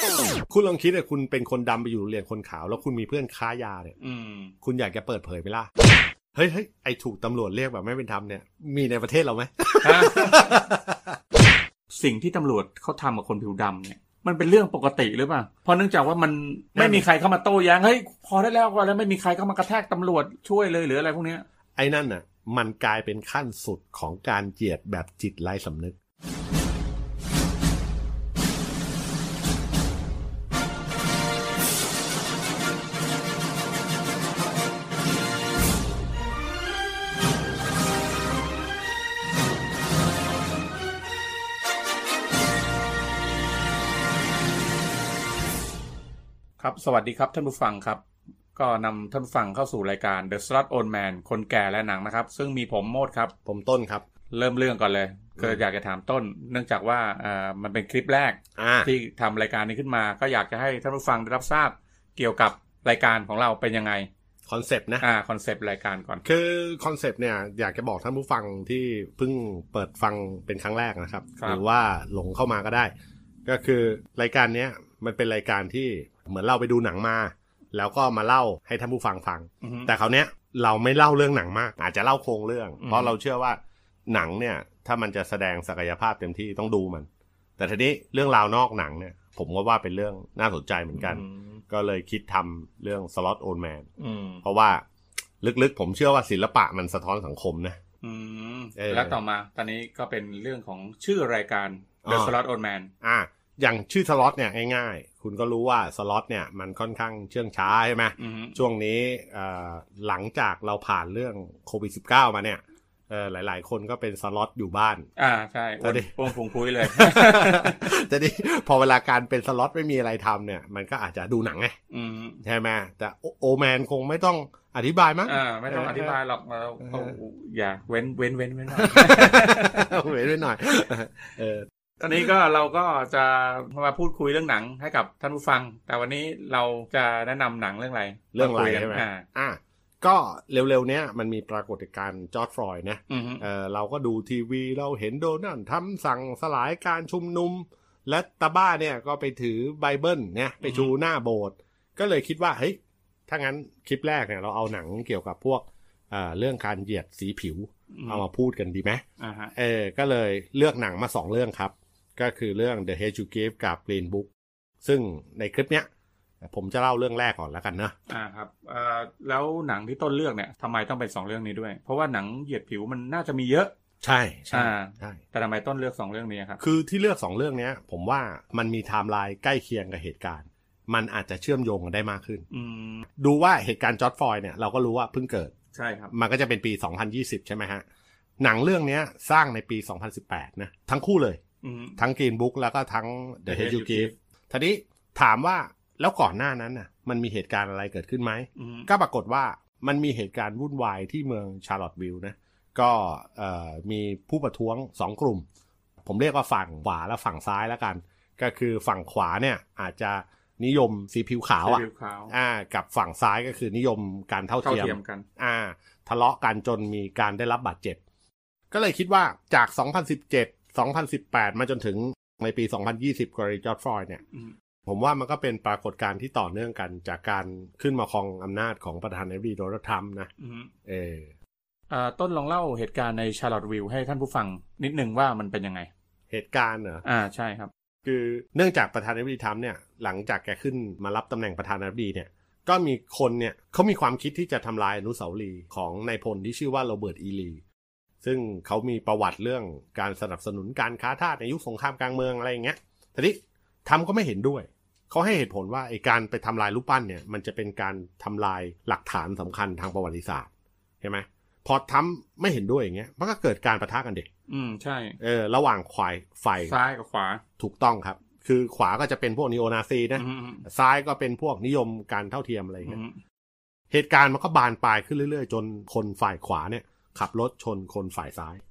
คุณลองคิดเลยคุณเป็นคนดำไปอยู่โรงเรียนคนขาวแล้วคุณมีเพื่อนค้ายาเนี่ยคุณอยากจะเปิดเผยไหมล่ะเฮ้ยไอถูกตำรวจเรียกแบบไม่เป็นธรรมเนี่ยมีในประเทศเราไหมสิ่งที่ตำรวจเขาทำกับคนผิวดำเนี่ยมันเป็นเรื่องปกติหรือเปล่าเพราะเนื่องจากว่ามันไม่มีใครเข้ามาโต้แย้งเฮ้ยพอได้แล้วไม่มีใครเข้ามากระแทกตำรวจช่วยเลยหรืออะไรพวกนี้ไอ้นั่นน่ะมันกลายเป็นขั้นสุดของการเหยียดแบบจิตไร้สำนึกครับสวัสดีครับท่านผู้ฟังครับก็นำท่านผู้ฟังเข้าสู่รายการ The Slot Old Man คนแก่และหนังนะครับซึ่งมีผมโมดครับผมต้นครับเริ่มเรื่องก่อนเลยคืออยากจะถามต้นเนื่องจากว่ามันเป็นคลิปแรกที่ทำรายการนี้ขึ้นมาก็อยากจะให้ท่านผู้ฟังได้รับทราบเกี่ยวกับรายการของเราเป็นยังไงคอนเซปต์นะคอนเซปต์รายการก่อนคือคอนเซปต์เนี่ยอยากจะบอกท่านผู้ฟังที่เพิ่งเปิดฟังเป็นครั้งแรกนะครับหรือว่าหลงเข้ามาก็ได้ก็คือรายการนี้มันเป็นรายการที่เหมือนเราไปดูหนังมาแล้วก็มาเล่าให้ท่านผู้ฟังฟังแต่คราวเนี้ยเราไม่เล่าเรื่องหนังมากอาจจะเล่าโครงเรื่องเพราะเราเชื่อว่าหนังเนี่ยถ้ามันจะแสดงศักยภาพเต็มที่ต้องดูมันแต่ทีนี้เรื่องราวนอกหนังเนี่ยผมก็ว่าเป็นเรื่องน่าสนใจเหมือนกันก็เลยคิดทำเรื่อง Slot Old Man เพราะว่าลึกๆผมเชื่อว่าศิลปะมันสะท้อนสังคมนะแล้วต่อมาตอนนี้ก็เป็นเรื่องของชื่อรายการ The Slot Old Man อย่างชื่อสล็อตเนี่ยง่ายๆคุณก็รู้ว่าสล็อตเนี่ยมันค่อนข้างเชื่องช้าใช่ไหมช่วงนี้หลังจากเราผ่านเรื่องโควิด-19 มาเนี่ยหลายๆคนก็เป็นสล็อตอยู่บ้านใช่โป่งพุงคุยเลยแต่ดิพอเวลาการเป็นสล็อตไม่มีอะไรทำเนี่ยมันก็อาจจะดูหนังไงใช่ไหมแต่โอแมนคงไม่ต้องอธิบายมั้งไม่ต้องอธิบายหรอกเราอย่าเว้นไว้หน่อยเว้นไว้หน่อยตอนนี้ก็เราก็จะมาพูดคุยเรื่องหนังให้กับท่านผู้ฟังแต่วันนี้เราจะแนะนำหนังเรื่องอะไรใช่ไหมก็เร็วๆเนี้ยมันมีปรากฏการณ์จอร์จฟลอยด์นะเราก็ดูทีวีเราเห็นโดนัลด์ทรัมป์สั่งสลายการชุมนุมและตาบ้าเนี่ยก็ไปถือไบเบิลเนี่ยไปชูหน้าโบสถ์ก็เลยคิดว่าเฮ้ยถ้างั้นคลิปแรกเนี่ยเราเอาหนังเกี่ยวกับพวกเรื่องการเหยียดสีผิวเอามาพูดกันดีไหมก็เลยเลือกหนังมา2เรื่องครับก็คือเรื่อง The Hate You Give กับ Green Book ซึ่งในคลิปเนี้ยผมจะเล่าเรื่องแรกก่อนแล้วกันนะครับแล้วหนังที่ต้นเลือกเนี่ยทำไมต้องเป็น2เรื่องนี้ด้วยเพราะว่าหนังเหยียดผิวมันน่าจะมีเยอะใช่แต่ทำไมต้นเลือก2เรื่องนี้ครับคือที่เลือก2เรื่องนี้ผมว่ามันมีไทม์ไลน์ใกล้เคียงกับเหตุการณ์มันอาจจะเชื่อมโยงกันได้มากขึ้นดูว่าเหตุการณ์จอร์จฟลอยด์เนี่ยเราก็รู้ว่าเพิ่งเกิดใช่ครับมันก็จะเป็นปี2020ใช่ไหมฮะหนังเรื่องนี้สร้างในปี2018นะทั้งคู่เลยทั้ง Green Book แล้วก็ทั้ง The Hate You Give ทีนี้ถามว่าแล้วก่อนหน้านั้นน่ะมันมีเหตุการณ์อะไรเกิดขึ้นไหมก็ปรากฏว่ามันมีเหตุการณ์วุ่นวายที่เมืองชาร์ลอตต์วิลล์นะก็มีผู้ประท้วง2กลุ่มผมเรียกว่าฝั่งขวาและฝั่งซ้ายแล้วกันก็คือฝั่งขวาเนี่ยอาจจะนิยมสีผิวขาวกับฝั่งซ้ายก็คือนิยมการเท่าเทียมกันทะเลาะกันจนมีการได้รับบาดเจ็บก็เลยคิดว่าจาก2017 2018มาจนถึงในปี2020กรณีจอร์จฟลอยด์เนี่ยผมว่ามันก็เป็นปรากฏการณ์ที่ต่อเนื่องกันจากการขึ้นมาครองอำนาจของประธานาธิบดีโดนัลด์ทรัมป์นะต้นลองเล่าเหตุการณ์ในชาร์ลอตต์วิลล์ให้ท่านผู้ฟังนิดนึงว่ามันเป็นยังไงเหตุการณ์เหรอใช่ครับคือเนื่องจากประธานาธิบดีทรัมป์เนี่ยหลังจากแกขึ้นมารับตำแหน่งประธานาธิบดีเนี่ยก็มีคนเนี่ยเขามีความคิดที่จะทำลายอนุสาวรีย์ของนายพลที่ชื่อว่าโรเบิร์ต อีลีซึ่งเขามีประวัติเรื่องการสนับสนุนการค้าทาสในยุคสงครามกลางเมืองอะไรอย่างเงี้ยทีนี้ทรัมป์ก็ไม่เห็นด้วยเขาให้เหตุผลว่าไอ้การไปทำลายรูปปั้นเนี่ยมันจะเป็นการทำลายหลักฐานสำคัญทางประวัติศาสตร์ใช่ไหมพอทรัมป์ไม่เห็นด้วยอย่างเงี้ยมันก็เกิดการปะทะกันเด็กใช่ระหว่างฝ่ายซ้ายกับขวาถูกต้องครับคือขวาก็จะเป็นพวกนีโอนาซีนะซ้ายก็เป็นพวกนิยมการเท่าเทียมอะไรอย่างเงี้ยเหตุการณ์มันก็บานปลายขึ้นเรื่อยๆจนคนฝ่ายขวาเนี่ยขับรถชนคนฝ่ายซ้าย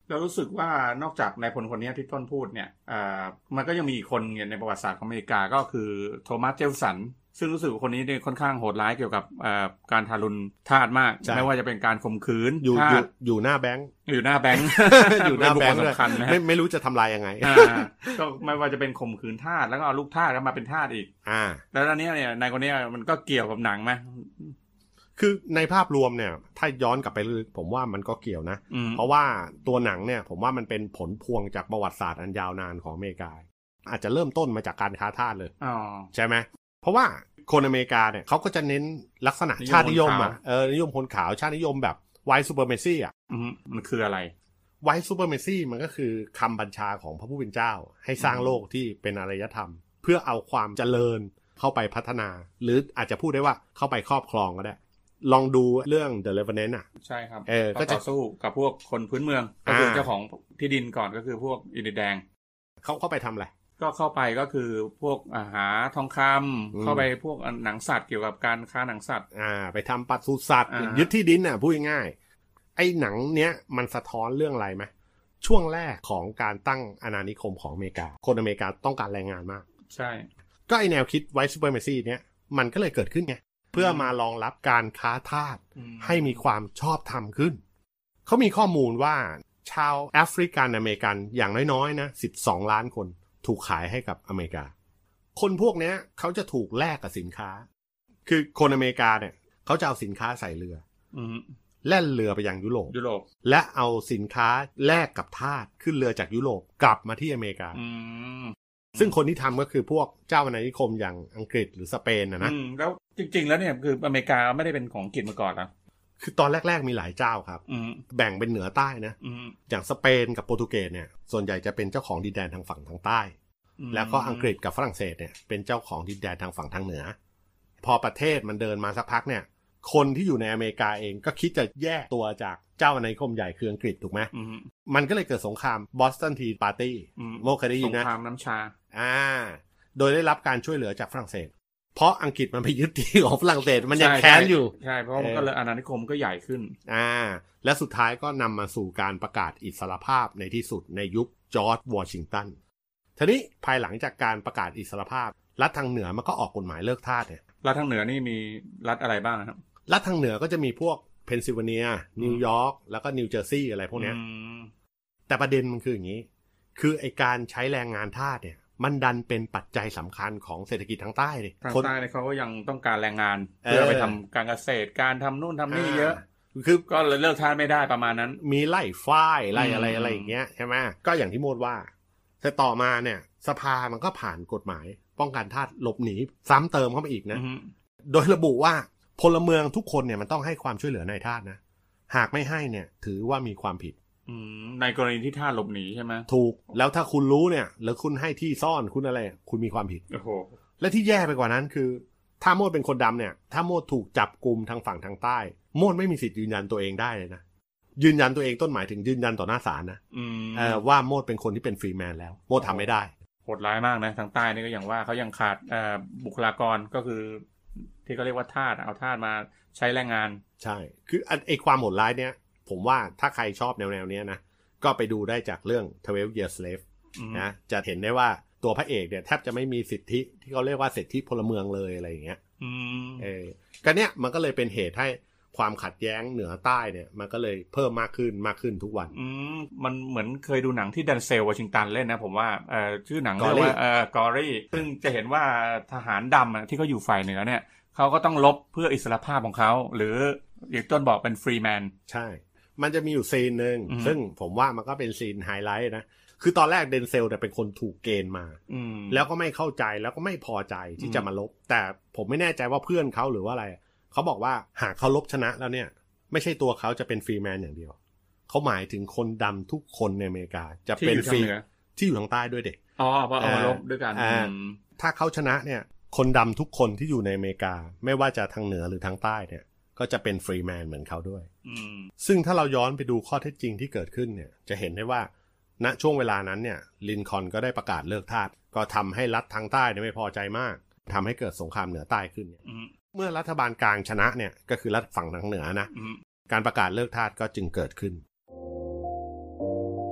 แล้วรู้สึกว่านอกจากนายพลคนนี้ที่ต้นพูดเนี่ยมันก็ยังมีอีกคนในประวัติศาสตร์ของอเมริกาก็คือโทมัสเจฟสันซึ่งรู้สึกว่าคนนี้เนี่ยค่อนข้างโหดร้ายเกี่ยวกับการทารุณทาสมากไม่ว่าจะเป็นการข่มขืนอยู่หน้าแบงค์อยู่หน้าแบงค์อยู่หน้าแบงค์สำคัญนะไม่รู้จะทำลายยังไงก็ไม่ว่าจะเป็นข่มขืนทาสแล้วก็เอาลูกทาสมาเป็นทาสอีกแล้วอันนี้เนี่ยนายคนนี้มันก็เกี่ยวกับหนังไหมคือในภาพรวมเนี่ยถ้าย้อนกลับไปลึกผมว่ามันก็เกี่ยวนะเพราะว่าตัวหนังเนี่ยผมว่ามันเป็นผลพวงจากประวัติศาสตร์อันยาวนานของอเมริกาอาจจะเริ่มต้นมาจากการค้าทาสเลยใช่ไหมเพราะว่าคนอเมริกาเนี่ยเขาก็จะเน้นลักษณะชาตินิยมนิยมคนขาวชาตินิยมแบบไวท์ซูเปอร์เมซี่มันคืออะไรไวท์ซูเปอร์เมซี่มันก็คือคำบัญชาของพระผู้เป็นเจ้าให้สร้างโลกที่เป็นอารยธรรมเพื่อเอาความเจริญเข้าไปพัฒนาหรืออาจจะพูดได้ว่าเข้าไปครอบครองก็ได้ลองดูเรื่อง The Revenant ใช่ครับก็จะสู้กับพวกคนพื้นเมืองก็คือเจ้าของที่ดินก่อนก็คือพวกอินเดียแดงเขาเข้าไปทำอะไรก็เข้าไปก็คือพวกหาทองคำเข้าไปพวกหนังสัตว์เกี่ยวกับการค้าหนังสัตว์ไปทำปศุสัตว์ยึดที่ดินพูดง่ายๆไอ้หนังเนี้ยมันสะท้อนเรื่องอะไรไหมช่วงแรกของการตั้งอาณานิคมของอเมริกาคนอเมริกาต้องการแรงงานมากใช่ก็ไอแนวคิดไวท์ซูเปอร์เมซี่เนี้ยมันก็เลยเกิดขึ้นไงเพื่อมารองรับการค้าทาสให้มีความชอบธรรมขึ้นเขามีข้อมูลว่าชาวแอฟริกันอเมริกันอย่างน้อยๆนะ12 ล้านคนถูกขายให้กับอเมริกาคนพวกนี้เขาจะถูกแลกกับสินค้าคือคนอเมริกาเนี่ยเขาจะเอาสินค้าใส่เรือแล่นเรือไปยังยุโรปและเอาสินค้าแลกกับทาสขึ้นเรือจากยุโรปกลับมาที่อเมริกาซึ่งคนที่ทำก็คือพวกเจ้าอาณานิคมอย่างอังกฤษหรือสเปนนะแล้วจริงๆแล้วเนี่ยคืออเมริกาไม่ได้เป็นของอังกฤษมาก่อนนะคือตอนแรกๆมีหลายเจ้าครับแบ่งเป็นเหนือใต้นะอย่างสเปนกับโปรตุเกสเนี่ยส่วนใหญ่จะเป็นเจ้าของดินแดนทางฝั่งทางใต้แล้วก็อังกฤษกับฝรั่งเศสเนี่ยเป็นเจ้าของดินแดนทางฝั่งทางเหนือพอประเทศมันเดินมาสักพักเนี่ยคนที่อยู่ในอเมริกาเองก็คิดจะแยกตัวจากเจ้าอาณานิคมใหญ่คืออังกฤษถูกไหมมันก็เลยเกิดสงครามบอสตันทีปาร์ตี้โมเคยได้ยินนะสงครามน้ำชาโดยได้รับการช่วยเหลือจากฝรั่งเศสเพราะอังกฤษมันไปยึดที่ของฝรั่งเศสมันยังแค้นอยู่ใช่เพราะมันก็เลยอาณานิคมก็ใหญ่ขึ้นและสุดท้ายก็นำมาสู่การประกาศอิสรภาพในที่สุดในยุคจอร์จวอชิงตันทีนี้ภายหลังจากการประกาศอิสรภาพรัฐทางเหนือมันก็ออกกฎหมายเลิกทาสเนี่ยรัฐทางเหนือนี่มีรัฐอะไรบ้างครับรัฐทางเหนือก็จะมีพวกเพนซิลเวเนียนิวยอร์กแล้วก็นิวเจอร์ซีย์อะไรพวกนี้แต่ประเด็นมันคืออย่างนี้คือไอการใช้แรงงานทาสเนี่ยมันดันเป็นปัจจัยสำคัญของเศรษฐกิจทางใต้เลยทางใต้เขาก็ยังต้องการแรงงานเพื่อไปทำการเกษตรการทำนู่นทำนี่เยอะคือก็เลิกทาสไม่ได้ประมาณนั้นมีไล่ฝ้ายไล่อะไรอย่างเงี้ยใช่ไหมก็อย่างที่โมดว่าแต่ต่อมาเนี่ยสภามันก็ผ่านกฎหมายป้องกันทาสหลบหนีซ้ำเติมเข้ามาอีกนะโดยระบุว่าพลเมืองทุกคนเนี่ยมันต้องให้ความช่วยเหลือนายทาสนะหากไม่ให้เนี่ยถือว่ามีความผิดในกรณีที่ทาสหลบหนีใช่ไหมถูกแล้วถ้าคุณรู้เนี่ยหรือคุณให้ที่ซ่อนคุณอะไรคุณมีความผิดโอ้โหและที่แย่ไปกว่านั้นคือถ้าโมดเป็นคนดำเนี่ยถ้าโมดถูกจับกุมทางฝั่งทางใต้โมดไม่มีสิทธิ์ยืนยันตัวเองได้เลยนะยืนยันตัวเองต้นหมายถึงยืนยันต่อหน้าศาลนะว่าโมดเป็นคนที่เป็นฟรีแมนแล้วโมดทำไม่ได้โหดร้ายมากนะทางใต้นี่ก็อย่างว่าเขายังขาดบุคลากรก็คือที่เขาเรียกว่าทาสเอาทาสมาใช้แรงงานใช่คือไอ้ความโหดร้ายเนี่ยผมว่าถ้าใครชอบแนวเนี้ยนะก็ไปดูได้จากเรื่อง 12 Years Slave นะจะเห็นได้ว่าตัวพระเอกเนี่ยแทบจะไม่มีสิทธิที่เขาเรียกว่าสิทธิพลเมืองเลยอะไรอย่างเงี้ยก็เนี้ยมันก็เลยเป็นเหตุให้ความขัดแย้งเหนือใต้เนี่ยมันก็เลยเพิ่มมากขึ้นทุกวันมันเหมือนเคยดูหนังที่แดนเซลวอชิงตันเล่นนะผมว่าชื่อหนังเรียกว่ากอรี่ซึ่งจะเห็นว่าทหารดำที่เขาอยู่ฝ่ายเหนือเนี่ยเขาก็ต้องลบเพื่ออิสรภาพของเขาหรืออย่างต้นบอกเป็นฟรีแมนใช่มันจะมีอยู่ซีนนึงซึ่งผมว่ามันก็เป็นซีนไฮไลท์นะคือตอนแรกเดนเซลเนี่ยเป็นคนถูกเกณฑ์มาแล้วก็ไม่เข้าใจแล้วก็ไม่พอใจที่จะมาลบแต่ผมไม่แน่ใจว่าเพื่อนเขาหรือว่าอะไรเขาบอกว่าหากเขาลบชนะแล้วเนี่ยไม่ใช่ตัวเขาจะเป็นฟรีแมนอย่างเดียวเขาหมายถึงคนดำทุกคนในอเมริกาจะเป็นฟรีที่อยู่ทางใต้ด้วยเด็กเพราะเอามาลบด้วยกันถ้าเขาชนะเนี่ยคนดำทุกคนที่อยู่ในอเมริกาไม่ว่าจะทางเหนือหรือทางใต้เนี่ยก็จะเป็นฟรีแมนเหมือนเขาด้วยซึ่งถ้าเราย้อนไปดูข้อเท็จจริงที่เกิดขึ้นเนี่ยจะเห็นได้ว่าณช่วงเวลานั้นเนี่ยลินคอล์นก็ได้ประกาศเลิกทาสก็ทำให้รัฐทางใต้ไม่พอใจมากทำให้เกิดสงครามเหนือใต้ขึ้นเมื่อรัฐบาลกลางชนะเนี่ยก็คือรัฐฝั่งทางเหนือนะการประกาศเลิกทาสก็จึงเกิดขึ้น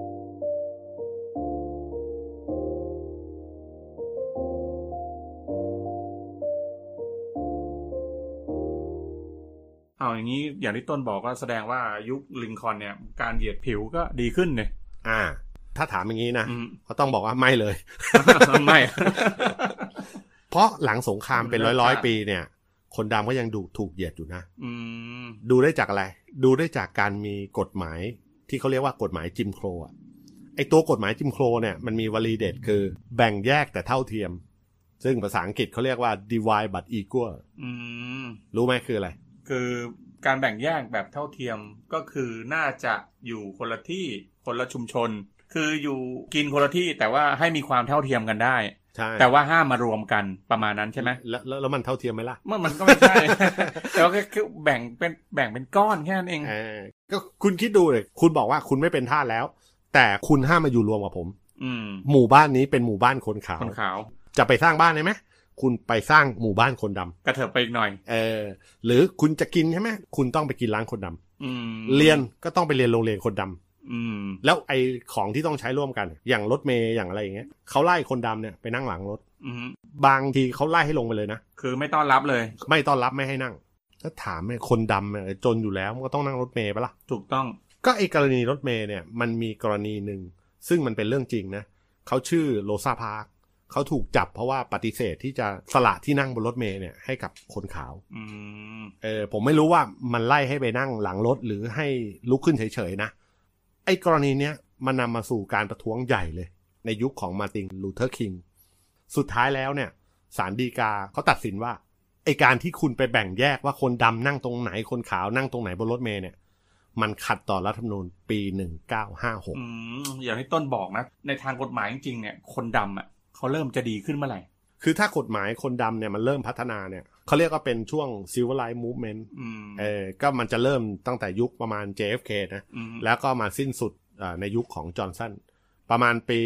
เอาอย่างนี้อย่างที่ต้นบอกก็แสดงว่ายุคลินคอล์นเนี่ยการเหยียดผิวก็ดีขึ้นเนี่ยถ้าถามอย่างนี้นะก็ต้องบอกว่าไม่เลยไม่เพราะหลังสงครามเป็นร้อยปีเนี่ยคนดำก็ยังถูกเหยียดอยู่นะดูได้จากอะไรดูได้จากการมีกฎหมายที่เขาเรียกว่ากฎหมายจิมโครไอตัวกฎหมายจิมโครเนี่ยมันมีวลีเด็ดคือแบ่งแยกแต่เท่าเทียมซึ่งภาษาอังกฤษเขาเรียกว่า divide but equal รู้ไหมคืออะไรคือการแบ่งแยกแบบเท่าเทียมก็คือน่าจะอยู่คนละที่คนละชุมชนคืออยู่กินคนละที่แต่ว่าให้มีความเท่าเทียมกันได้แต่ว่าห้ามมารวมกันประมาณนั้นใช่ไหมแล้วมันเท่าเทียมไหมล่ะมันก็ไม่ใช่ แต่ว่าคือแบ่งเป็นก้อนแค่นั้นเองก็คุณคิดดูเลยคุณบอกว่าคุณไม่เป็นทาสแล้วแต่คุณห้ามมาอยู่รวมกับผมหมู่บ้านนี้เป็นหมู่บ้านคนขาวจะไปสร้างบ้านได้ไหมคุณไปสร้างหมู่บ้านคนดำกระเถิบไปอีกหน่อยหรือคุณจะกินใช่ไหมคุณต้องไปกินร้านคนดำเรียนก็ต้องไปเรียนโรงเรียนคนดำแล้วไอของที่ต้องใช้ร่วมกันอย่างรถเมย์อย่างอะไรอย่างเงี้ยเขาไล่คนดำเนี่ยไปนั่งหลังรถบางทีเขาไล่ให้ลงไปเลยนะคือไม่ต้อนรับเลยไม่ต้อนรับไม่ให้นั่งถ้าถามเนี่ยคนดำจนอยู่แล้วมันก็ต้องนั่งรถเมย์ปะล่ะถูกต้องก็ไอกรณีรถเมย์เนี่ยมันมีกรณีหนึ่งซึ่งมันเป็นเรื่องจริงนะเขาชื่อโรซาพาร์คเขาถูกจับเพราะว่าปฏิเสธที่จะสละที่นั่งบนรถเมล์เนี่ยให้กับคนขาวผมไม่รู้ว่ามันไล่ให้ไปนั่งหลังรถหรือให้ลุกขึ้นเฉยๆนะไอ้กรณีเนี้ยมันนำมาสู่การประท้วงใหญ่เลยในยุคของมาร์ตินลูเทอร์คิงสุดท้ายแล้วเนี่ยศาลฎีกาเขาตัดสินว่าไอ้การที่คุณไปแบ่งแยกว่าคนดำนั่งตรงไหนคนขาวนั่งตรงไหนบนรถเมล์เนี่ยมันขัดต่อรัฐธรรมนูญปี1956 อย่างที่ต้นบอกนะในทางกฎหมายจริงๆเนี่ยคนดำเขาเริ่มจะดีขึ้นเมื่อไหร่คือถ้ากฎหมายคนดำเนี่ยมันเริ่มพัฒนาเนี่ยเขาเรียกว่าเป็นช่วง Civil Rights Movement ก็มันจะเริ่มตั้งแต่ยุคประมาณ JFK นะแล้วก็มาสิ้นสุดในยุคของจอห์นสันประมาณปี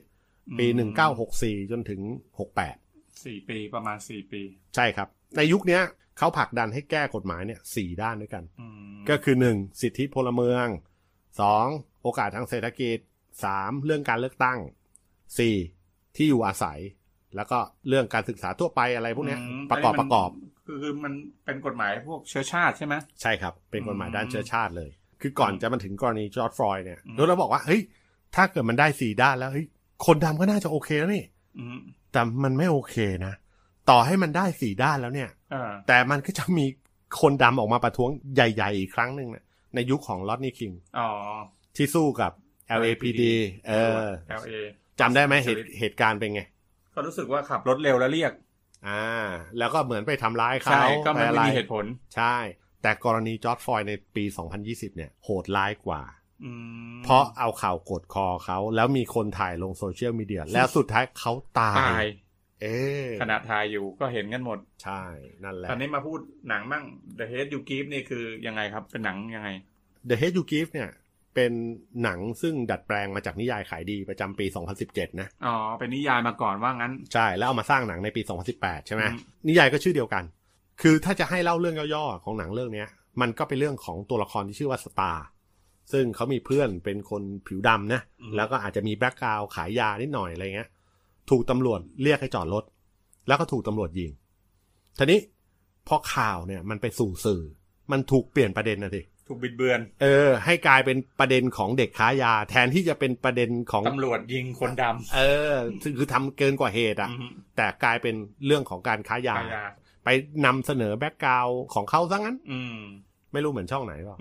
1964จนถึง68 4 ปีประมาณ4 ปีใช่ครับในยุคนี้เขาผลักดันให้แก้กฎหมายเนี่ย4ด้านด้วยกันก็คือ1สิทธิพลเมือง2โอกาสทางเศรษฐกิจ3เรื่องการเลือกตั้ง4ที่อยู่อาศัยแล้วก็เรื่องการศึกษาทั่วไปอะไรพวกนี้ประกอบคือมันเป็นกฎหมายพวกเชื้อชาติใช่ไหมใช่ครับเป็นกฎหมายด้านเชื้อชาติเลยคือก่อนจะมาถึงกรณีจอร์จฟลอยด์เนี่ยเราบอกว่าเฮ้ยถ้าเกิดมันได้4ด้านแล้วเฮ้ยคนดำก็น่าจะโอเคแล้วนี่แต่มันไม่โอเคนะต่อให้มันได้4ด้านแล้วเนี่ยแต่มันก็จะมีคนดำออกมาประท้วงใหญ่ๆอีกครั้งนึงในยุคของลอดนี่คิงที่สู้กับ LAPD LA จำได้ไหมเหตุการณ์เป็นไงก็รู้สึกว่าขับรถเร็วแล้วเรียกแล้วก็เหมือนไปทำร้ายเขาใช่ก็ไม่มีเหตุผลใช่แต่กรณีจอร์จฟลอยด์ในปี2020เนี่ยโหดร้ายกว่าเพราะเอาข่าวกดคอเขาแล้วมีคนถ่ายลงโซเชียลมีเดียแล้วสุดท้ายเขาตายขณะถ่ายอยู่ก็เห็นกันหมดใช่นั่นแหละตอนนี้มาพูดหนังมั่ง The Hate You Give นี่คือยังไงครับเป็นหนังยังไง The Hate You Give เนี่ยเป็นหนังซึ่งดัดแปลงมาจากนิยายขายดีประจำปี2017นะเป็นนิยายมาก่อนว่างั้นใช่แล้วเอามาสร้างหนังในปี2018ใช่ไหมนิยายก็ชื่อเดียวกันคือถ้าจะให้เล่าเรื่องย่อๆของหนังเรื่องนี้มันก็เป็นเรื่องของตัวละครที่ชื่อว่าสตาร์ซึ่งเขามีเพื่อนเป็นคนผิวดำนะแล้วก็อาจจะมีแบ็คกราวด์ขายยานิดหน่อยอะไรเงี้ยถูกตำรวจเรียกให้จอดรถแล้วก็ถูกตำรวจยิงทีนี้พอข่าวเนี่ยมันไปสู่สื่อมันถูกเปลี่ยนประเด็นนะสิถูกบิดเบือนให้กลายเป็นประเด็นของเด็กค้ายาแทนที่จะเป็นประเด็นของตำรวจยิงคนดำคือทำเกินกว่าเหตุแต่กลายเป็นเรื่องของการค้ายาไปนำเสนอแบ็คกราวด์ของเขาซะงั้นไม่รู้เหมือนช่องไหนหรอก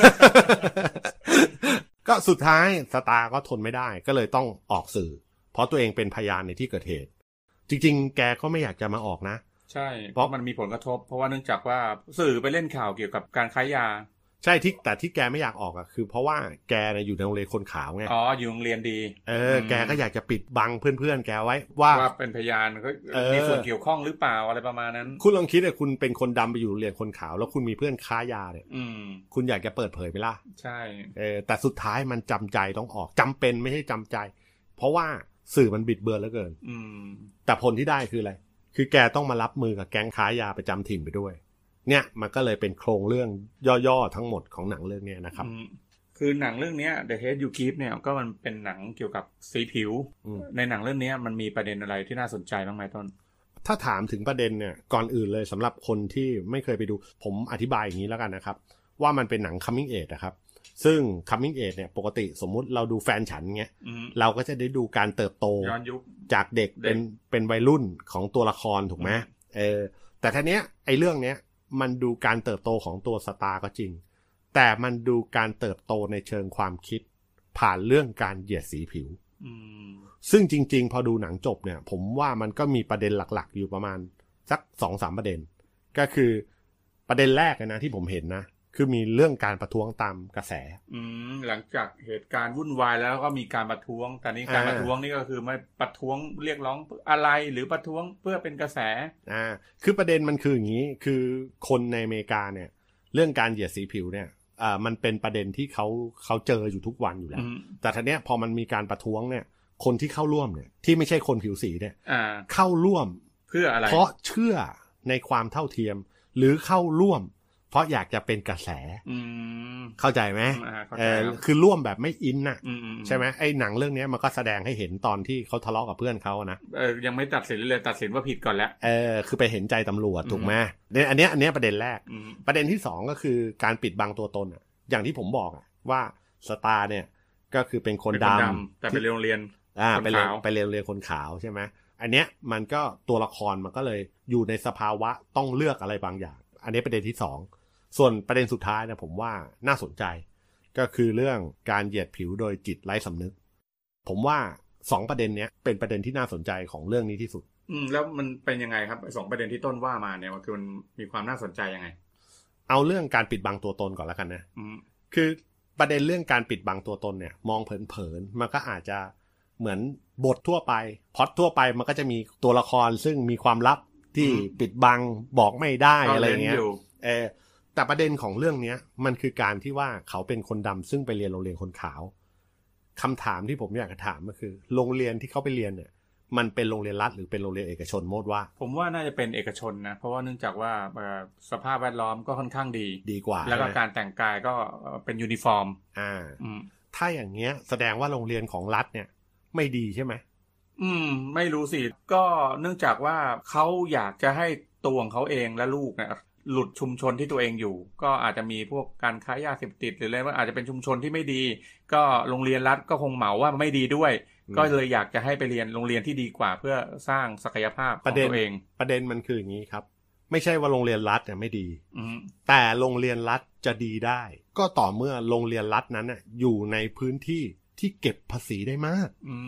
ก็สุดท้ายสตาร์ก็ทนไม่ได้ก็เลยต้องออกสื่อเพราะตัวเองเป็นพยานในที่เกิดเหตุจริงๆแกก็ไม่อยากจะมาออกนะใช่เพราะมันมีผลกระทบเพราะว่าเนื่องจากว่าสื่อไปเล่นข่าวเกี่ยวกับการค้ายาใช่แต่ที่แกไม่อยากออกคือเพราะว่าแกอยู่ในโรงเรียนคนขาวไงอยู่โรงเรียนดีแกก็อยากจะปิดบังเพื่อนๆแกไว้ว่าเป็นพยานก็มีส่วนเกี่ยวข้องหรือเปล่าอะไรประมาณนั้นคุณลองคิดคุณเป็นคนดำไปอยู่โรงเรียนคนขาวแล้วคุณมีเพื่อนค้ายาเนี่ยคุณอยากจะเปิดเผยไหมล่ะใช่แต่สุดท้ายมันจำใจต้องออกจำเป็นไม่ใช่จำใจเพราะว่าสื่อมันบิดเบือนเหลือเกินแต่ผลที่ได้คืออะไรคือแกต้องมารับมือกับแก๊งค้ายาประจำถิ่นไปด้วยเนี่ยมันก็เลยเป็นโครงเรื่องย่อๆทั้งหมดของหนังเรื่องนี้นะครับคือหนังเรื่องนี้ The Hate You Give เนี่ยก็มันเป็นหนังเกี่ยวกับสีผิวในหนังเรื่องนี้มันมีประเด็นอะไรที่น่าสนใจบ้างไหมต้นถ้าถามถึงประเด็นเนี่ยก่อนอื่นเลยสำหรับคนที่ไม่เคยไปดูผมอธิบายอย่างนี้แล้วกันนะครับว่ามันเป็นหนัง coming age นะครับซึ่ง coming age เนี่ยปกติสมมุติเราดูแฟนฉันเงี้ยเราก็จะได้ดูการเติบโตจากเด็กเป็นวัยรุ่นของตัวละครถูกไหมแต่ทีเนี้ยไอ้เรื่องเนี้ยมันดูการเติบโตของตัวสตาร์ก็จริงแต่มันดูการเติบโตในเชิงความคิดผ่านเรื่องการเหยียดสีผิวซึ่งจริงๆพอดูหนังจบเนี่ยผมว่ามันก็มีประเด็นหลักๆอยู่ประมาณสัก 2-3 ประเด็นก็คือประเด็นแรกนะที่ผมเห็นนะคือมีเรื่องการประท้วงตามกระแสหลังจากเหตุการณ์วุ่นวายแล้วก็มีการประท้วงแต่นี้การประท้วงนี่ก็คือไม่ประท้วงเรียกร้องอะไรหรือประท้วงเพื่อเป็นกระแสคือประเด็นมันคืออย่างนี้คือคนในอเมริกาเนี่ยเรื่องการเหยียดสีผิวเนี่ยมันเป็นประเด็นที่เขาเจออยู่ทุกวันอยู่แล้วแต่ทีเนี้ยพอมันมีการประท้วงเนี่ยคนที่เข้าร่วมเนี่ยที่ไม่ใช่คนผิวสีเนี่ยเข้าร่วมเพื่ออะไรเพราะเชื่อในความเท่าเทียมหรือเข้าร่วมเพราะอยากจะเป็นกระแสเข้าใจไหมคือร่วมแบบไม่อินน่ะใช่ไหมไอ้หนังเรื่องนี้มันก็แสดงให้เห็นตอนที่เขาทะเลาะกับเพื่อนเขานะยังไม่ตัดสินเลยตัดสินว่าผิดก่อนแล้วคือไปเห็นใจตำรวจถูกไหมเนี่ยอันเนี้ยประเด็นแรกประเด็นที่สองก็คือการปิดบังตัวตนอย่างที่ผมบอกว่าสตาร์เนี่ยก็คือเป็นคนดำแต่ไปเรียนโรงเรียนไปเรียนคนขาวใช่ไหมอันเนี้ยมันก็ตัวละครมันก็เลยอยู่ในสภาวะต้องเลือกอะไรบางอย่างอันนี้ประเด็นที่สองส่วนประเด็นสุดท้ายเนี่ยผมว่าน่าสนใจก็คือเรื่องการเหยียดผิวโดยจิตไร้สำนึกผมว่า2ประเด็นเนี้ยเป็นประเด็นที่น่าสนใจของเรื่องนี้ที่สุดแล้วมันเป็นยังไงครับ2ประเด็นที่ต้นว่ามาเนี่ยมันคือมันมีความน่าสนใจยังไงเอาเรื่องการปิดบังตัวตนก่อนแล้วกันนะคือประเด็นเรื่องการปิดบังตัวตนเนี่ยมองเผินๆมันก็อาจจะเหมือนบททั่วไปพล็อตทั่วไปมันก็จะมีตัวละครซึ่งมีความลับที่ปิดบังบอกไม่ได้อะไรเงี้ยแต่ประเด็นของเรื่องนี้มันคือการที่ว่าเขาเป็นคนดำซึ่งไปเรียนโรงเรียนคนขาวคำถามที่ผมอยากจะถามก็คือโรงเรียนที่เขาไปเรียนเนี่ยมันเป็นโรงเรียนรัฐหรือเป็นโรงเรียนเอกชนโมดว่าผมว่าน่าจะเป็นเอกชนนะเพราะว่าเนื่องจากว่าสภาพแวดล้อมก็ค่อนข้างดีกว่าแล้วก็การแต่งกายก็เป็นยูนิฟอร์มถ้าอย่างเงี้ยแสดงว่าโรงเรียนของรัฐเนี่ยไม่ดีใช่ไหมไม่รู้สิก็เนื่องจากว่าเขาอยากจะให้ตัวของเขาเองและลูกเนี่ยหลุดชุมชนที่ตัวเองอยู่ก็อาจจะมีพวกการค้ายาเสพติดหรืออะไรว่าอาจจะเป็นชุมชนที่ไม่ดีก็โรงเรียนรัฐก็คงเหมาว่าไม่ดีด้วยก็เลยอยากจะให้ไปเรียนโรงเรียนที่ดีกว่าเพื่อสร้างศักยภาพของตัวเองประเด็นมันคืออย่างนี้ครับไม่ใช่ว่าโรงเรียนรัฐเนี่ยไม่ดีแต่โรงเรียนรัฐจะดีได้ก็ต่อเมื่อโรงเรียนรัฐนั้นน่ะอยู่ในพื้นที่ที่เก็บภาษีได้มาก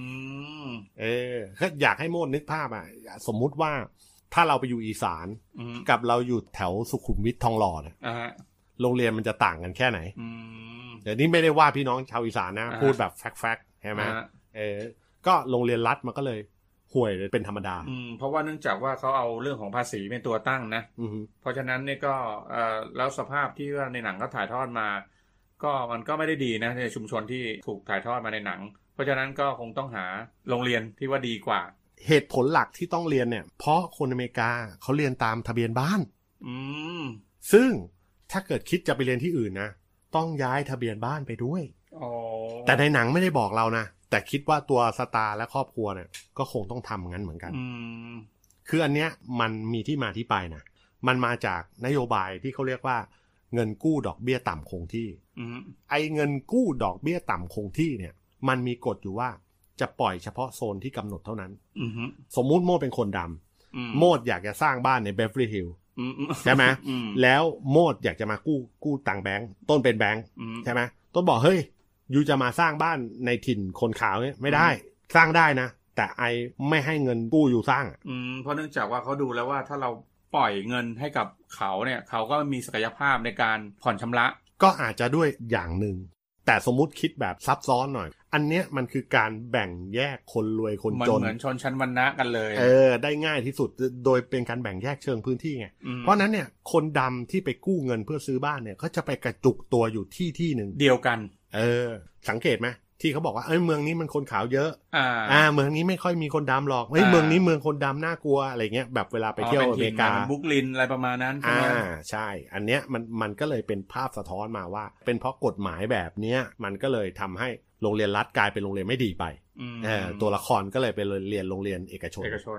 อยากให้โมดนึกภาพสมมุติว่าถ้าเราไปอยู่อีสานกับเราอยู่แถวสุขุมวิททองหล่อเนี่ยโรงเรียนมันจะต่างกันแค่ไหนเดี๋ยวนี้ไม่ได้ว่าพี่น้องชาวอีสานนะพูดแบบแฟกใช่ไหมก็โรงเรียนรัฐมันก็เลยห่วยเป็นธรรมดาเพราะว่าเนื่องจากว่าเขาเอาเรื่องของภาษีเป็นตัวตั้งนะเพราะฉะนั้นเนี่ยก็แล้วสภาพที่ว่าในหนังเขาถ่ายทอดมาก็มันก็ไม่ได้ดีนะในชุมชนที่ถูกถ่ายทอดมาในหนังเพราะฉะนั้นก็คงต้องหาโรงเรียนที่ว่าดีกว่าเหตุผลหลักที่ต้องเรียนเนี่ยเพราะคนอเมริกาเขาเรียนตามทะเบียนบ้านซึ่งถ้าเกิดคิดจะไปเรียนที่อื่นนะต้องย้ายทะเบียนบ้านไปด้วยแต่ในหนังไม่ได้บอกเรานะแต่คิดว่าตัวสตาร์และครอบครัวเนี่ยก็คงต้องทำงั้นเหมือนกันคืออันเนี้ยมันมีที่มาที่ไปนะมันมาจากนโยบายที่เขาเรียกว่าเงินกู้ดอกเบี้ยต่ำคงที่ไอ้เงินกู้ดอกเบี้ยต่ำคงที่เนี่ยมันมีกฎอยู่ว่าจะปล่อยเฉพาะโซนที่กำหนดเท่านั้นสมมุติโมดเป็นคนดำโมดอยากจะสร้างบ้านในเบเวอร์ลี่ฮิลล์ใช่ไหมแล้วโมดอยากจะมากู้ตังค์แบงก์ต้นเป็นแบงก์ใช่ไหมต้นบอกเฮ้ยยูจะมาสร้างบ้านในถิ่นคนขาวเนี่ยไม่ได้สร้างได้นะแต่ไอไม่ให้เงินกู้ยูสร้างเพราะเนื่องจากว่าเขาดูแล้วว่าถ้าเราปล่อยเงินให้กับเขาเนี่ยเขาก็มีศักยภาพในการผ่อนชำระก็อาจจะด้วยอย่างหนึ่งแต่สมมุติคิดแบบซับซ้อนหน่อยอันเนี้ยมันคือการแบ่งแยกคนรวยคนจนเหมือนชนชั้นวรรณะกันเลยได้ง่ายที่สุดโดยเป็นการแบ่งแยกเชิงพื้นที่ไงเพราะนั้นเนี่ยคนดำที่ไปกู้เงินเพื่อซื้อบ้านเนี่ยก็จะไปกระจุกตัวอยู่ที่นึงเดียวกันสังเกตไหมที่เขาบอกว่าเมืองนี้มันคนขาวเยอะเมืองนี้ไม่ค่อยมีคนดำหรอกเมืองนี้เมืองคนดำน่ากลัวอะไรเงี้ยแบบเวลาไปเที่ยวอเมริกาบุกลินอะไรประมาณนั้นใช่ไหมใช่อันเนี้ยมันก็เลยเป็นภาพสะท้อนมาว่าเป็นเพราะกฎหมายแบบเนี้ยมันก็เลยทำให้โรงเรียนรัฐกลายเป็นโรงเรียนไม่ดีไปตัวละครก็เลยไปเรียนโรงเรียนเอกชน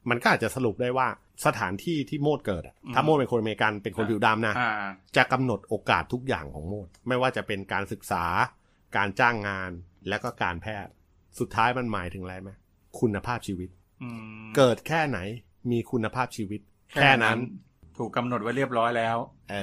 มันก็อาจจะสรุปได้ว่าสถานที่ที่โมดเกิดถ้าโมดเป็นคนอเมริกันเป็นคนผิวดำนะจะกำหนดโอกาสทุกอย่างของโมดไม่ว่าจะเป็นการศึกษาการจ้างงานและก็การแพทย์สุดท้ายมันหมายถึงอะไรไหมคุณภาพชีวิตเกิดแค่ไหนมีคุณภาพชีวิตแค่นั้นถูกกำหนดไว้เรียบร้อยแล้ว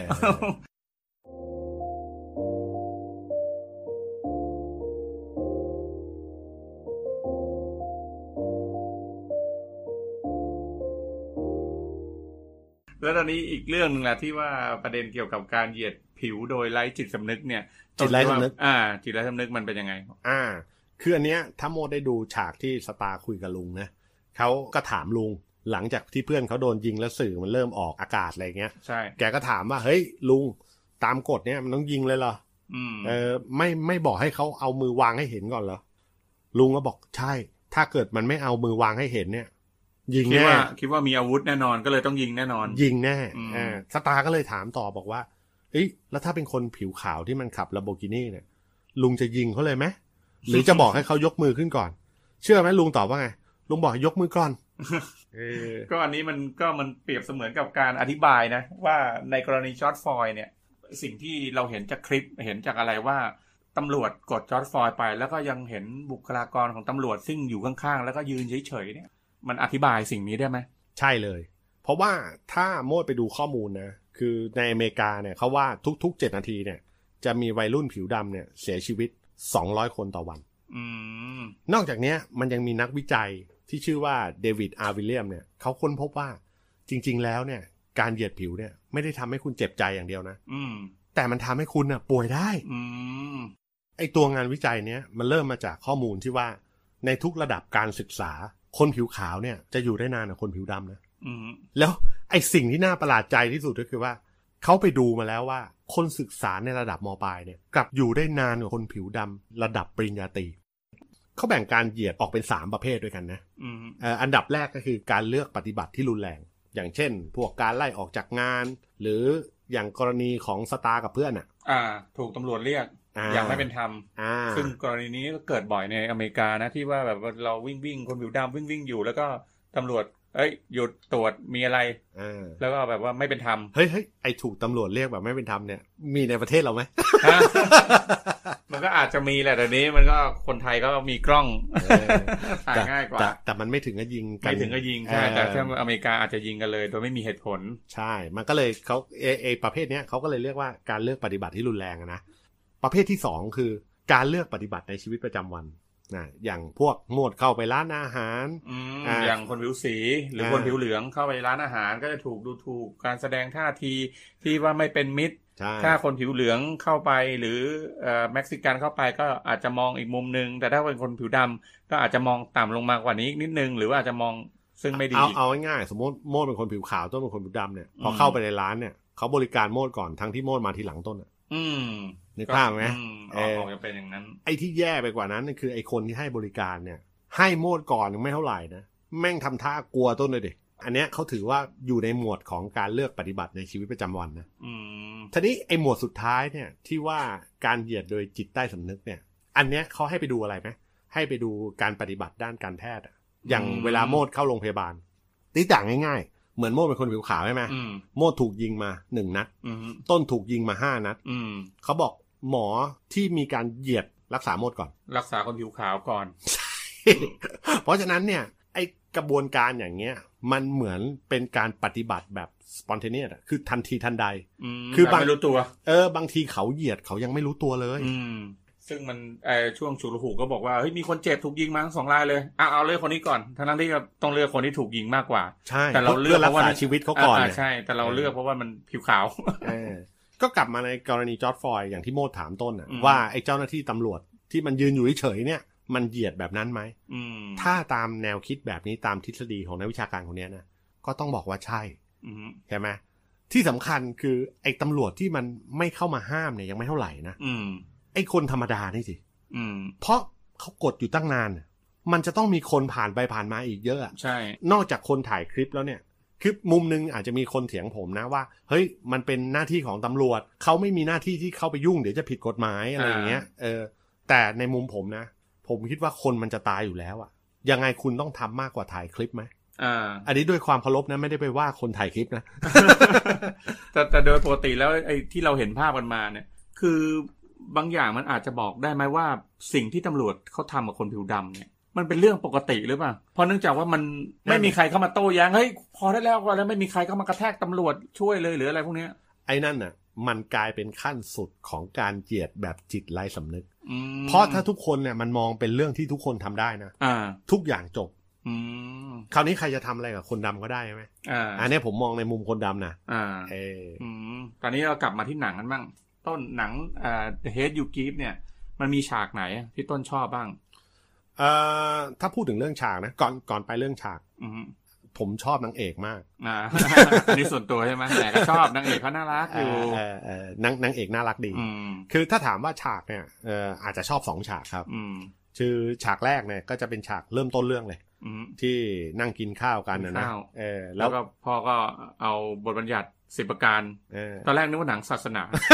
แล้วตอนนี้อีกเรื่องนึงแหละที่ว่าประเด็นเกี่ยวกับการเหยียดผิวโดยไร้จิตสำนึกเนี่ยจิตไร้สำนึกจิตไร้สำนึกมันเป็นยังไงคืออันเนี้ยถ้าโมได้ดูฉากที่สตาร์คุยกับลุงนะเขาก็ถามลุงหลังจากที่เพื่อนเขาโดนยิงแล้วสื่อมันเริ่มออกอากาศอะไรเงี้ยใช่แกก็ถามว่าเฮ้ยลุงตามกฎเนี้ยมันต้องยิงเลยเหรอไม่บอกให้เขาเอามือวางให้เห็นก่อนเหรอลุงก็บอกใช่ถ้าเกิดมันไม่เอามือวางให้เห็นเนี่ยยิงแน่คิดว่ามีอาวุธแน่นอนก็เลยต้องยิงแน่นอนยิงแน่สตาร์ก็เลยถามต่อบอกว่าเอ้ยแล้วถ้าเป็นคนผิวขาวที่มันขับ Lamborghini เนี่ยลุงจะยิงเขาเลยไหมหรือจะบอกให้เขายกมือขึ้นก่อนเชื่อไหมลุงตอบว่าไงลุงบอกยกมือก่อนก็อันนี้มันเปรียบเสมือนกับการอธิบายนะว่าในกรณีจอร์จฟลอยด์เนี่ยสิ่งที่เราเห็นจากคลิปเห็นจากอะไรว่าตำรวจกดจอร์จฟลอยด์ไปแล้วก็ยังเห็นบุคลากรของตำรวจซึ่งอยู่ข้างๆแล้วก็ยืนเฉยๆเนี่ยมันอธิบายสิ่งนี้ได้ไหมใช่เลยเพราะว่าถ้าโมดไปดูข้อมูลนะคือในอเมริกาเนี่ยเขาว่าทุกๆ7นาทีเนี่ยจะมีวัยรุ่นผิวดำเนี่ยเสียชีวิต200คนต่อวันนอกจากนี้มันยังมีนักวิจัยที่ชื่อว่าเดวิดอาร์วิลเลียมเนี่ยเขาค้นพบว่าจริงๆแล้วเนี่ยการเหยียดผิวเนี่ยไม่ได้ทำให้คุณเจ็บใจอย่างเดียวนะแต่มันทำให้คุณน่ะป่วยได้ไอตัวงานวิจัยเนี้ยมันเริ่มมาจากข้อมูลที่ว่าในทุกระดับการศึกษาคนผิวขาวเนี่ยจะอยู่ได้นานกว่าคนผิวดำนะแล้วไอสิ่งที่น่าประหลาดใจที่สุดก็คือว่าเขาไปดูมาแล้วว่าคนศึกษาในระดับม.ปลายเนี่ยกลับอยู่ได้นานกว่าคนผิวดำระดับปริญญาตรีเขาแบ่งการเหยียดออกเป็น3ประเภทด้วยกันนะอันดับแรกก็คือการเลือกปฏิบัติที่รุนแรงอย่างเช่นพวกการไล่ออกจากงานหรืออย่างกรณีของสตาร์กับเพื่อนถูกตำรวจเรียกอย่างไม่เป็นธรรมซึ่งกรณีนี้ก็เกิดบ่อยในอเมริกานะที่ว่าแบบเราวิ่งคนผิวดำวิ่งอยู่แล้วก็ตำรวจหยุดตรวจมีอะไรแล้วก็แบบว่าไม่เป็นธรรมเฮ้ยไอถูกตำรวจเรียกแบบไม่เป็นธรรมเนี่ยมีในประเทศเราไหมมันก็อาจจะมีแหละแต่นี้มันก็คนไทยก็มีกล้องถ่ายง่ายกว่าแต่มันไม่ถึงกับยิงกันไม่ถึงกับยิงใช่แต่ถ้าอเมริกาอาจจะยิงกันเลยโดยไม่มีเหตุผลใช่มันก็เลยเขาประเภทเนี้ยเขาก็เลยเรียกว่าการเลือกปฏิบัติที่รุนแรงนะประเภทที่2คือการเลือกปฏิบัติในชีวิตประจำวันอย่างพวกโมดเข้าไปร้านอาหารอย่างคนผิวสีหรือคนผิวเหลืองเข้าไปร้านอาหารก็จะถูกดูถูกการแสดงท่าทีที่ว่าไม่เป็นมิตรถ้าคนผิวเหลืองเข้าไปหรือเม็กซิกันเข้าไปก็อาจจะมองอีกมุมนึงแต่ถ้าเป็นคนผิวดำก็อาจจะมองต่ำลงมากว่านี้นิดนึงหรือว่าอาจจะมองซึ่งไม่ดีเอาง่ายๆสมมติโมดเป็นคนผิวขาวต้นเป็นคนผิวดำเนี่ยพอเข้าไปในร้านเนี่ยเขาบริการโมดก่อนทั้งที่โมดมาทีหลังต้นนึกภาพไหมจะเป็นอย่างนั้นไอ้ที่แย่ไปกว่านั้นนั่นคือไอ้คนที่ให้บริการเนี่ยให้โมดก่อนยังไม่เท่าไหร่นะแม่งทำท่ากลัวต้นเลยดิอันเนี้ยเขาถือว่าอยู่ในหมวดของการเลือกปฏิบัติในชีวิตประจำวันนะทีนี้ไอ้หมวดสุดท้ายเนี่ยที่ว่าการเหยียดโดยจิตใต้สำนึกเนี่ยอันเนี้ยเขาให้ไปดูอะไรไหมให้ไปดูการปฏิบัติด้านการแพทย์อย่างเวลาโมดเข้าโรงพยาบาลตีต่างง่ายๆเหมือนโมดเป็นคนผิวขาวใช่ไหมโมดถูกยิงมา1นัดต้นถูกยิงมา5นัดเขาบอกหมอที่มีการเหยียดรักษาโมดก่อนรักษาคนผิวขาวก่อนเพราะฉะนั้นเนี่ยไอกระบวนการอย่างเงี้ยมันเหมือนเป็นการปฏิบัติแบบ spontaneous คือทันทีทันใดคือบางไม่รู้ตัวบางทีเขาเหยียดเขายังไม่รู้ตัวเลยซึ่งมันช่วงฉุกละหุกก็บอกว่าเฮ้ยมีคนเจ็บถูกยิงมาทั้ง2รายเลยเอาเลือกคนนี้ก่อนทั้งที่ต้องเลือกคนที่ถูกยิงมากกว่าใช่แต่เราเลือกเพราะว่าชีวิตเขาก่อนใช่แต่เราเลือกเพราะว่ามันผิวขาวก็กลับมาในกรณีจอร์จฟลอยด์อย่างที่โมดถามต้นว่าไอ้เจ้าหน้าที่ตำรวจที่มันยืนอยู่เฉยๆเนี่ยมันเหยียดแบบนั้นไหมถ้าตามแนวคิดแบบนี้ตามทฤษฎีของนักวิชาการคนนี้นะก็ต้องบอกว่าใช่ใช่ไหมที่สำคัญคือไอ้ตำรวจที่มันไม่เข้ามาห้ามเนี่ยยังไม่เท่าไหร่นะไอ้คนธรรมดานี่สิเพราะเขากดอยู่ตั้งนานมันจะต้องมีคนผ่านไปผ่านมาอีกเยอะใช่นอกจากคนถ่ายคลิปแล้วเนี่ยคือมุมนึงอาจจะมีคนเถียงผมนะว่าเฮ้ยมันเป็นหน้าที่ของตำรวจเขาไม่มีหน้าที่ที่เข้าไปยุ่งเดี๋ยวจะผิดกฎหมายอะไรอย่างเงี้ยแต่ในมุมผมนะผมคิดว่าคนมันจะตายอยู่แล้วอะยังไงคุณต้องทำมากกว่าถ่ายคลิปไหมอันนี้ด้วยความเคารพนะไม่ได้ไปว่าคนถ่ายคลิปนะแต่โดยปกติแล้วไอ้ที่เราเห็นภาพกันมาเนี่ยคือบางอย่างมันอาจจะบอกได้ไหมว่าสิ่งที่ตำรวจเขาทำกับคนผิวดำเนี่ยมันเป็นเรื่องปกติหรือเปล่าเพราะเนื่องจากว่ามันไม่มีใครเข้ามาโต้แย้งเฮ้ยพอได้แล้วไม่มีใครเข้ามากระแทกตำรวจช่วยเลยหรืออะไรพวกนี้ไอ้นั่นน่ะมันกลายเป็นขั้นสุดของการเหยียดแบบจิตไร้สำนึกเพราะถ้าทุกคนเนี่ยมันมองเป็นเรื่องที่ทุกคนทำได้นะทุกอย่างจบคราวนี้ใครจะทำอะไรกับคนดำก็ได้ไหมอันนี้ผมมองในมุมคนดำนะตอนนี้เรากลับมาที่หนังกันบ้างต้นหนังThe Hate You Give เนี่ยมันมีฉากไหนที่ต้นชอบบ้างถ้าพูดถึงเรื่องฉากนะก่อนไปเรื่องฉากผมชอบนางเอกมากอันนี้ส่วนตัวใช่ไหมแต่ก็ชอบนางเอกเขาน่ารักอยู่นางเอกน่ารักดีคือถ้าถามว่าฉากเนี่ยอาจจะชอบ2ฉากครับชื่อฉากแรกเนี่ยก็จะเป็นฉากเริ่มต้นเรื่องเลยที่นั่งกินข้าวกันนะแล้วก็พ่อก็เอาบทบัญญัติ10 ประการตอนแรกนึกว่าหนังศาสนา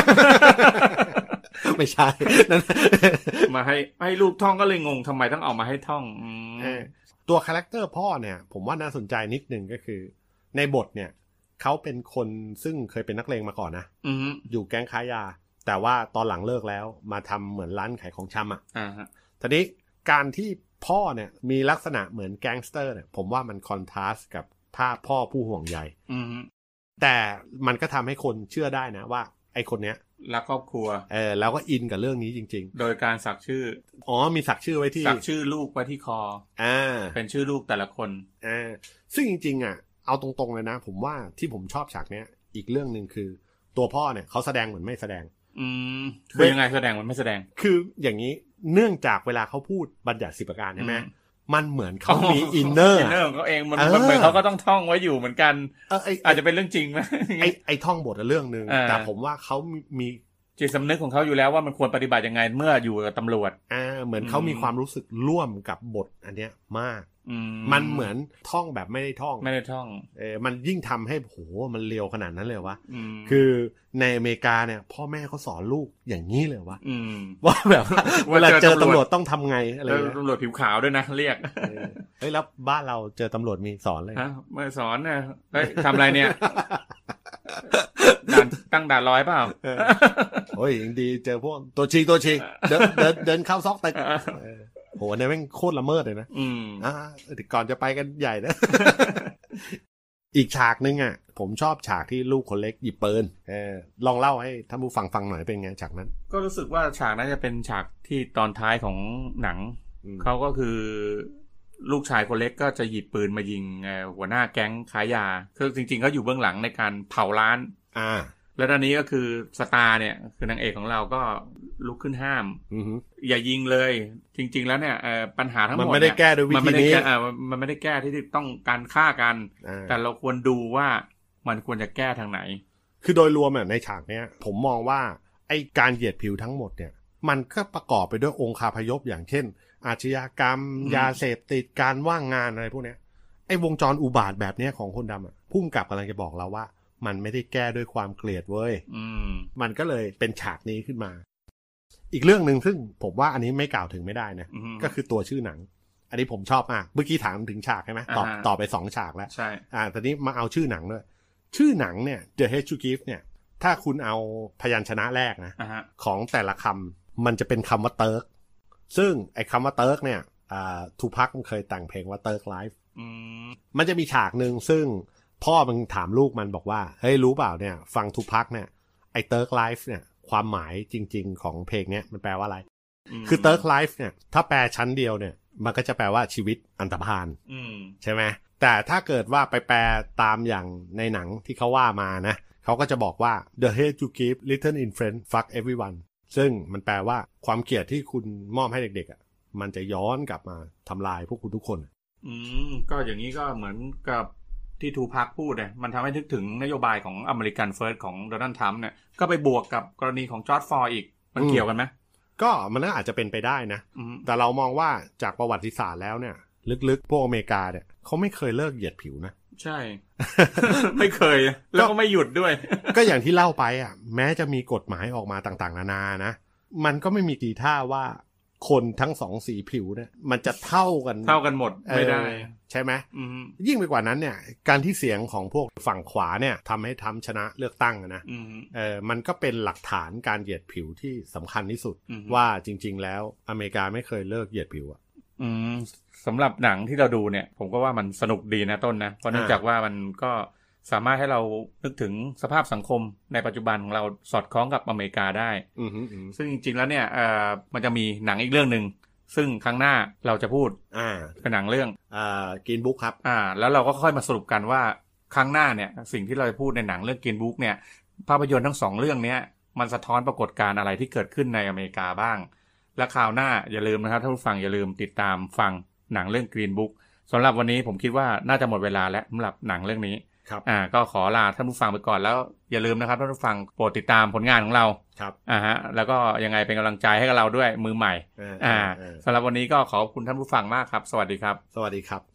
ไม่ใช่มาให้ลูกท่องก็เลยงงทำไมต้องเอามาให้ท่องตัวคาแรคเตอร์พ่อเนี่ยผมว่าน่าสนใจนิดนึงก็คือในบทเนี่ยเขาเป็นคนซึ่งเคยเป็นนักเลงมาก่อนนะอยู่แก๊งค้ายาแต่ว่าตอนหลังเลิกแล้วมาทำเหมือนร้านขายของชำทีนี้การที่พ่อเนี่ยมีลักษณะเหมือนแก๊งสเตอร์เนี่ยผมว่ามันคอนทราสต์กับภาพพ่อผู้ห่วงใยแต่มันก็ทำให้คนเชื่อได้นะว่าไอ้คนเนี้ยรักครอบครัวแล้วก็อินกับเรื่องนี้จริงๆโดยการสักชื่อมีสักชื่อไว้ที่สักชื่อลูกไว้ที่คอเป็นชื่อลูกแต่ละคนซึ่งจริงๆเอาตรงๆเลยนะผมว่าที่ผมชอบฉากเนี้ยอีกเรื่องนึงคือตัวพ่อเนี่ยเขาแสดงเหมือนไม่แสดงคือยังไงแสดงเหมือนไม่แสดงคืออย่างนี้เนื่องจากเวลาเขาพูดบัญญัติ10 ประการใช่ไหมมันเหมือนเขามีอินเนอร์ของเขาเองมันเหมือนเขาก็ต้องท่องไว้อยู่เหมือนกันอาจจะเป็นเรื่องจริงไหมไอ้ท่องบทเรื่องนึงแต่ผมว่าเขามีจิตสำนึกของเขาอยู่แล้วว่ามันควรปฏิบัติยังไงเมื่ออยู่กับตำรวจเหมือนเขามีความรู้สึกร่วมกับบทอันเนี้ยมากมันเหมือนท่องแบบไม่ได้ท่องมันยิ่งทำให้โหมันเร็วขนาดนั้นเลยวะคือในอเมริกาเนี่ยพ่อแม่เขาสอนลูกอย่างนี้เลยวะว่าแบบเวลาเจอตำรวจต้องทำไงอะไรตำรวจผิวขาวด้วยนะเรียกเฮ้ยแล้วบ้านเราเจอตำรวจมีสอนเลยไม่สอนเนี่ยเฮ้ยทำอะไรเนี่ยตั้งด่านร้อยเปล่าโอ้ยยังดีเจอพวกตัวชีเดินเข้าซอกตึกโหเนี่ยแม่งโคตรละเมิดเลยนะก่อนจะไปกันใหญ่นะ อีกฉากนึงผมชอบฉากที่ลูกคนเล็กหยิบปืนลองเล่าให้ท่านผู้ฟังหน่อยเป็นไงฉากนั้นก็รู้สึกว่าฉากนั้นจะเป็นฉากที่ตอนท้ายของหนังเขาก็คือลูกชายคนเล็กก็จะหยิบปืนมายิงหัวหน้าแก๊งค้ายาคือจริงๆเขาอยู่เบื้องหลังในการเผาร้านแล้วตอนนี้ก็คือสตาร์เนี่ยคือนางเอกของเราก็ลุกขึ้นห้ามอย่ายิงเลยจริงๆแล้วเนี่ยปัญหาทั้งหมดมันไม่ได้แก้ด้วยวิธีนี้มันไม่ได้แก้ที่ต้องการฆ่ากันแต่เราควรดูว่ามันควรจะแก้ทางไหนคือโดยรวมในฉากเนี้ยผมมองว่าไอ้การเหยียดผิวทั้งหมดเนี่ยมันก็ประกอบไปด้วยองค์คาพยพอย่างเช่นอาชญากรรมยาเสพติดการว่างงานอะไรพวกเนี้ยไอ้วงจรอุบาทแบบเนี้ยของคนดำพุ่งกลับกำลังจะบอกเราว่ามันไม่ได้แก้ด้วยความเกลียดเว้ยมันก็เลยเป็นฉากนี้ขึ้นมาอีกเรื่องนึงซึ่งผมว่าอันนี้ไม่กล่าวถึงไม่ได้นะก็คือตัวชื่อหนังอันนี้ผมชอบมากเมื่อกี้ถามถึงฉากใช่ไหมต่อไป2ฉากแล้วใช่ตอนนี้มาเอาชื่อหนังด้วยชื่อหนังเนี่ย The Hate You Give เนี่ยถ้าคุณเอาพยัญชนะแรกนะของแต่ละคำมันจะเป็นคำว่าเติร์กซึ่งไอ้คำว่าเติร์กเนี่ยทูพักมันเคยแต่งเพลงว่าเติร์กไลฟ์มันจะมีฉากนึงซึ่งพ่อมันถามลูกมันบอกว่าเฮ้ยรู้เปล่าเนี่ยฟังทูพักเนี่ยไอ้เติร์กไลฟ์เนี่ยความหมายจริงๆของเพลงเนี้ยมันแปลว่าอะไรคือเติร์กไลฟ์เนี่ยถ้าแปลชั้นเดียวเนี่ยมันก็จะแปลว่าชีวิตอันธพาลใช่ไหมแต่ถ้าเกิดว่าไปแปลตามอย่างในหนังที่เขาว่ามานะเขาก็จะบอกว่า The hate you give little in friend fuck everyone ซึ่งมันแปลว่าความเกลียดที่คุณมอบให้เด็กๆมันจะย้อนกลับมาทำลายพวกคุณทุกคนก็อย่างนี้ก็เหมือนกับที่ทูพักพูดเนี่ยมันทำให้นึกถึงนโยบายของอเมริกันเฟิร์สของโดนัลด์ทรัมป์เนี่ยก็ไปบวกกับกรณีของจอร์จฟลอยด์อีกมันเกี่ยวกันไหมก็มันน่าอาจจะเป็นไปได้นะแต่เรามองว่าจากประวัติศาสตร์แล้วเนี่ยลึกๆพวกอเมริกาเนี่ยเขาไม่เคยเลิกเหยียดผิวนะใช่ ไม่เคยแล้วก็ไม่หยุดด้วยก็อย่างที่เล่าไปแม้จะมีกฎหมายออกมาต่างๆนานานะมันก็ไม่มีทีท่าว่าคนทั้งสองสีผิวเนี่ยมันจะเท่ากันหมดไม่ได้ใช่ไหมยิ่งไปกว่านั้นเนี่ยการที่เสียงของพวกฝั่งขวาเนี่ยทำให้ทำชนะเลือกตั้งนะมันก็เป็นหลักฐานการเหยียดผิวที่สำคัญที่สุดว่าจริงๆแล้วอเมริกาไม่เคยเลิกเหยียดผิวอ่ะสำหรับหนังที่เราดูเนี่ยผมก็ว่ามันสนุกดีนะต้นนะเพราะเนื่องจากว่ามันก็สามารถให้เรานึกถึงสภาพสังคมในปัจจุบันของเราสอดคล้องกับอเมริกาได้ซึ่งจริงๆแล้วเนี่ยมันจะมีหนังอีกเรื่องนึงซึ่งครั้งหน้าเราจะพูดเป็นหนังเรื่อง Green Book ครับแล้วเราก็ค่อยมาสรุปกันว่าครั้งหน้าเนี่ยสิ่งที่เราจะพูดในหนังเรื่อง Green Book เนี่ยภาพยนตร์ทั้ง2เรื่องนี้มันสะท้อนปรากฏการณ์อะไรที่เกิดขึ้นในอเมริกาบ้างและคราวหน้าอย่าลืมนะครับท่านผู้ฟังอย่าลืมติดตามฟังหนังเรื่อง Green Book สำหรับวันนี้ผมคิดว่าน่าจะหมดเวลาแล้วสำหรับหนังเรื่องนี้ก็ขอลาท่านผู้ฟังไปก่อนแล้วอย่าลืมนะครับท่านผู้ฟังโปรดติดตามผลงานของเราครับแล้วก็ยังไงเป็นกำลังใจให้กับเราด้วยมือใหม่สำหรับวันนี้ก็ขอบคุณท่านผู้ฟังมากครับสวัสดีครับสวัสดีครับ